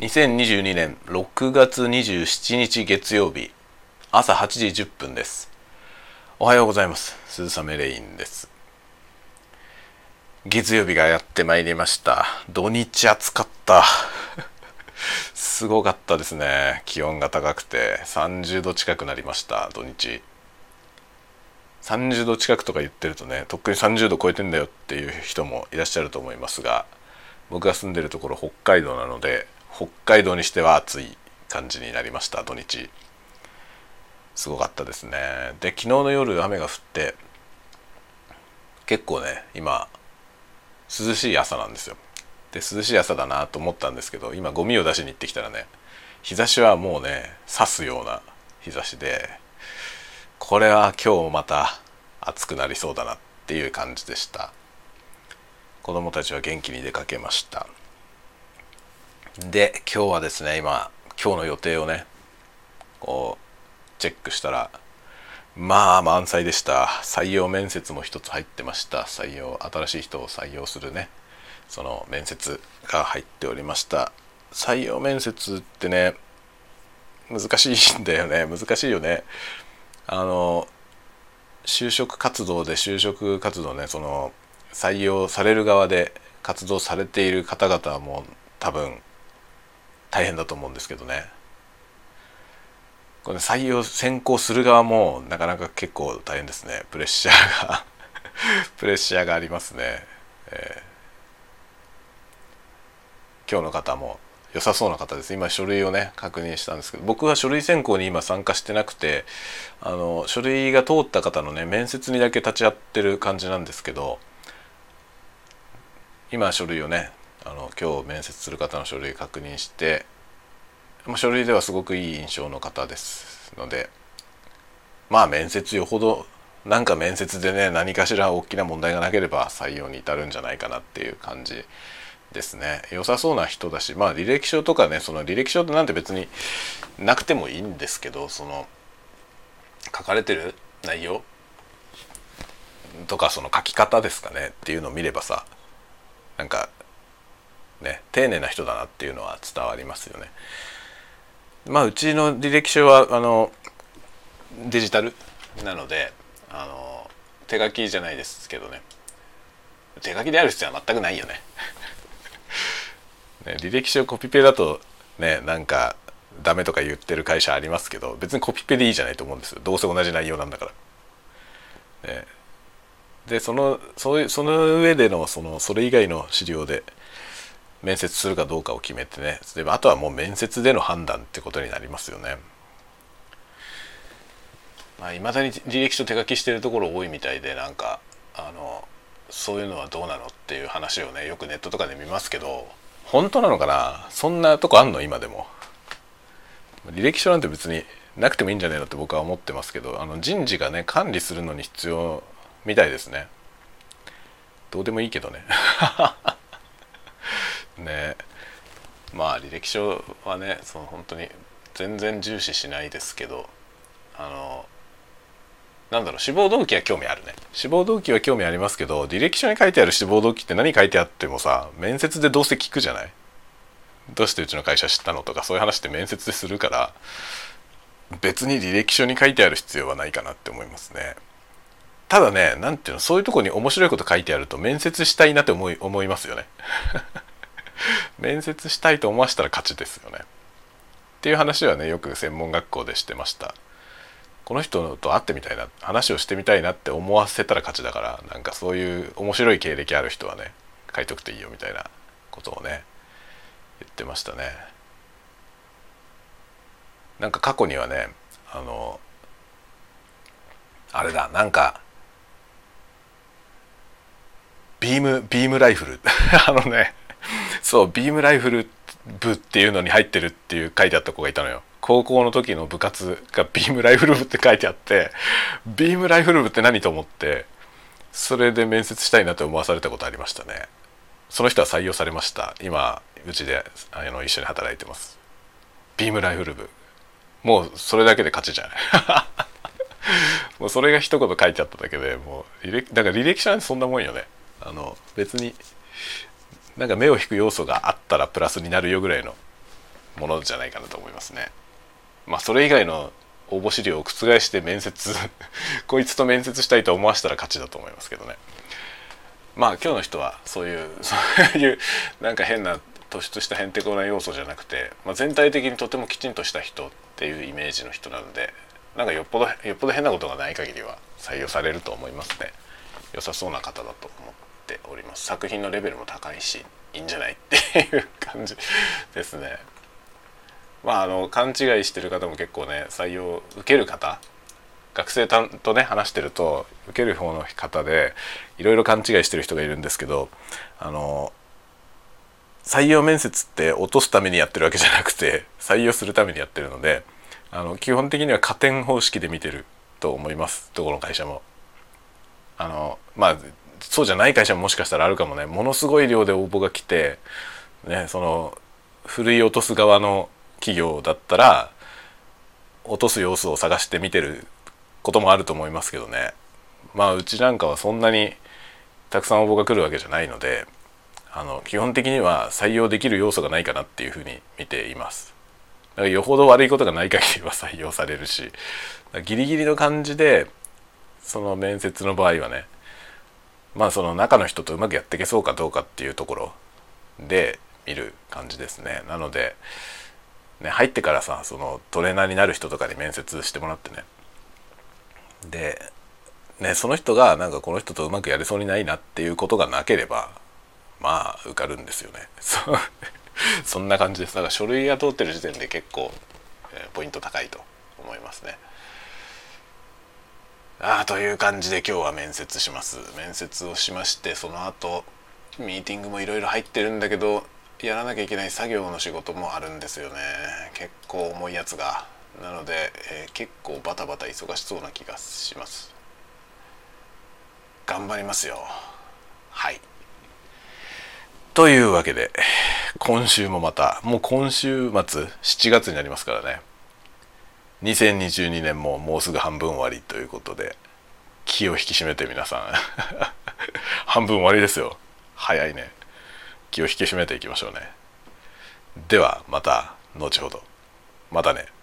2022年6月27日月曜日朝8時10分です。おはようございます。鈴雨レインです。月曜日がやってまいりました。土日暑かったすごかったですね。気温が高くて30度近くなりました。土日30度近くとか言ってるとね、とっくに30度超えてんだよっていう人もいらっしゃると思いますが、僕が住んでるところ北海道なので、北海道にしては暑い感じになりました。土日すごかったですね。で、昨日の夜雨が降って結構ね、今涼しい朝なんですよ。で、涼しい朝だなと思ったんですけど、今ゴミを出しに行ってきたらね、日差しはもうね、刺すような日差しで、これは今日また暑くなりそうだなっていう感じでした。子供たちは元気に出かけました。で、今日はですね、今日の予定をねこうチェックしたら、まあ満載でした。採用面接も一つ入ってました。新しい人を採用するね、その面接が入っておりました。採用面接ってね、難しいんだよね。難しいよね。就職活動ね、その採用される側で活動されている方々はもう多分大変だと思うんですけどね。これ採用選考する側もなかなか結構大変ですね。プレッシャーがプレッシャーがありますね。今日の方も良さそうな方です。今書類をね確認したんですけど、僕は書類選考に今参加してなくて、書類が通った方のね面接にだけ立ち会ってる感じなんですけど、今書類をね今日面接する方の書類確認して、書類ではすごくいい印象の方ですので、まあ面接よほどなんか面接でね何かしら大きな問題がなければ採用に至るんじゃないかなっていう感じですね。良さそうな人だし、まあ履歴書とかね、その履歴書ってなんて別になくてもいいんですけど、その書かれてる内容とかその書き方ですかねっていうのを見ればさ、なんかね丁寧な人だなっていうのは伝わりますよね。まあうちの履歴書はデジタルなので手書きじゃないですけどね、手書きである必要は全くないよねね、履歴書コピペだとね、なんかダメとか言ってる会社ありますけど、別にコピペでいいじゃないと思うんですよ。どうせ同じ内容なんだから、ね、でその上でのそれ以外の資料で面接するかどうかを決めてね、であとはもう面接での判断ってことになりますよね。まあ、未だに履歴書手書きしてるところ多いみたいで、なんかそういうのはどうなのっていう話をねよくネットとかで見ますけど、本当なのかな。そんなとこあんの今でも。履歴書なんて別になくてもいいんじゃないのって僕は思ってますけど、人事がね管理するのに必要みたいですね。どうでもいいけどねね、まあ履歴書はね本当に全然重視しないですけど、なんだろう、志望動機は興味あるね。志望動機は興味ありますけど、履歴書に書いてある志望動機って何書いてあってもさ、面接でどうせ聞くじゃない。どうしてうちの会社知ったのとか、そういう話って面接でするから、別に履歴書に書いてある必要はないかなって思いますね。ただね、なんていうの、そういうとこに面白いこと書いてあると面接したいなって思いますよね面接したいと思わせたら勝ちですよねっていう話はねよく専門学校でしてました。この人と会ってみたいな、話をしてみたいなって思わせたら勝ちだから、なんかそういう面白い経歴ある人はね書いとくといいよみたいなことをね言ってましたね。なんか過去にはね、あれだ、なんかビームライフルそう、ビームライフル部っていうのに入ってるっていう書いてあった子がいたのよ。高校の時の部活がビームライフル部って書いてあって、ビームライフル部って何と思って、それで面接したいなと思わされたことありましたね。その人は採用されました。今うちで一緒に働いてます。ビームライフル部、もうそれだけで勝ちじゃないもうそれが一言書いてあっただけでもうだから履歴書なんてそんなもんよね。別になんか目を引く要素があったらプラスになるよぐらいのものじゃないかなと思いますね。まあそれ以外の応募資料を覆して面接こいつと面接したいと思わせたら勝ちだと思いますけどね。まあ今日の人はそういうなんか変な突出したへんてこな要素じゃなくて、まあ、全体的にとてもきちんとした人っていうイメージの人なので、なんかよっぽど変なことがない限りは採用されると思いますね。良さそうな方だと思っております。作品のレベルも高いしいいんじゃないっていう感じですね。まあ勘違いしてる方も結構ね、採用受ける方、学生とね話してると受ける方の方でいろいろ勘違いしてる人がいるんですけど、採用面接って落とすためにやってるわけじゃなくて採用するためにやってるので、基本的には加点方式で見てると思います。どこの会社もまあそうじゃない会社ももしかしたらあるかもね。ものすごい量で応募が来てね、そのふるい落とす側の企業だったら落とす様子を探して見てることもあると思いますけどね。まあうちなんかはそんなにたくさん応募が来るわけじゃないので、基本的には採用できる要素がないかなっていうふうに見ています。だからよほど悪いことがない限りは採用されるし、ギリギリの感じでその面接の場合はね、まあその中の人とうまくやっていけそうかどうかっていうところで見る感じですね。なのでね、入ってからさ、そのトレーナーになる人とかに面接してもらってね、でね、その人がなんかこの人とうまくやれそうにないなっていうことがなければまあ受かるんですよね。そんな感じです。だから書類が通ってる時点で結構、ポイント高いと思いますね。という感じで今日は面接します。面接をしまして、その後ミーティングもいろいろ入ってるんだけど、やらなきゃいけない作業の仕事もあるんですよね。結構重いやつが。なので、結構バタバタ忙しそうな気がします。頑張りますよ。はい。というわけで今週もまたもう今週末7月になりますからね。2022年ももうすぐ半分終わりということで、気を引き締めて皆さん半分終わりですよ。早いね。気を引き締めていきましょうね。ではまた後ほど。またね。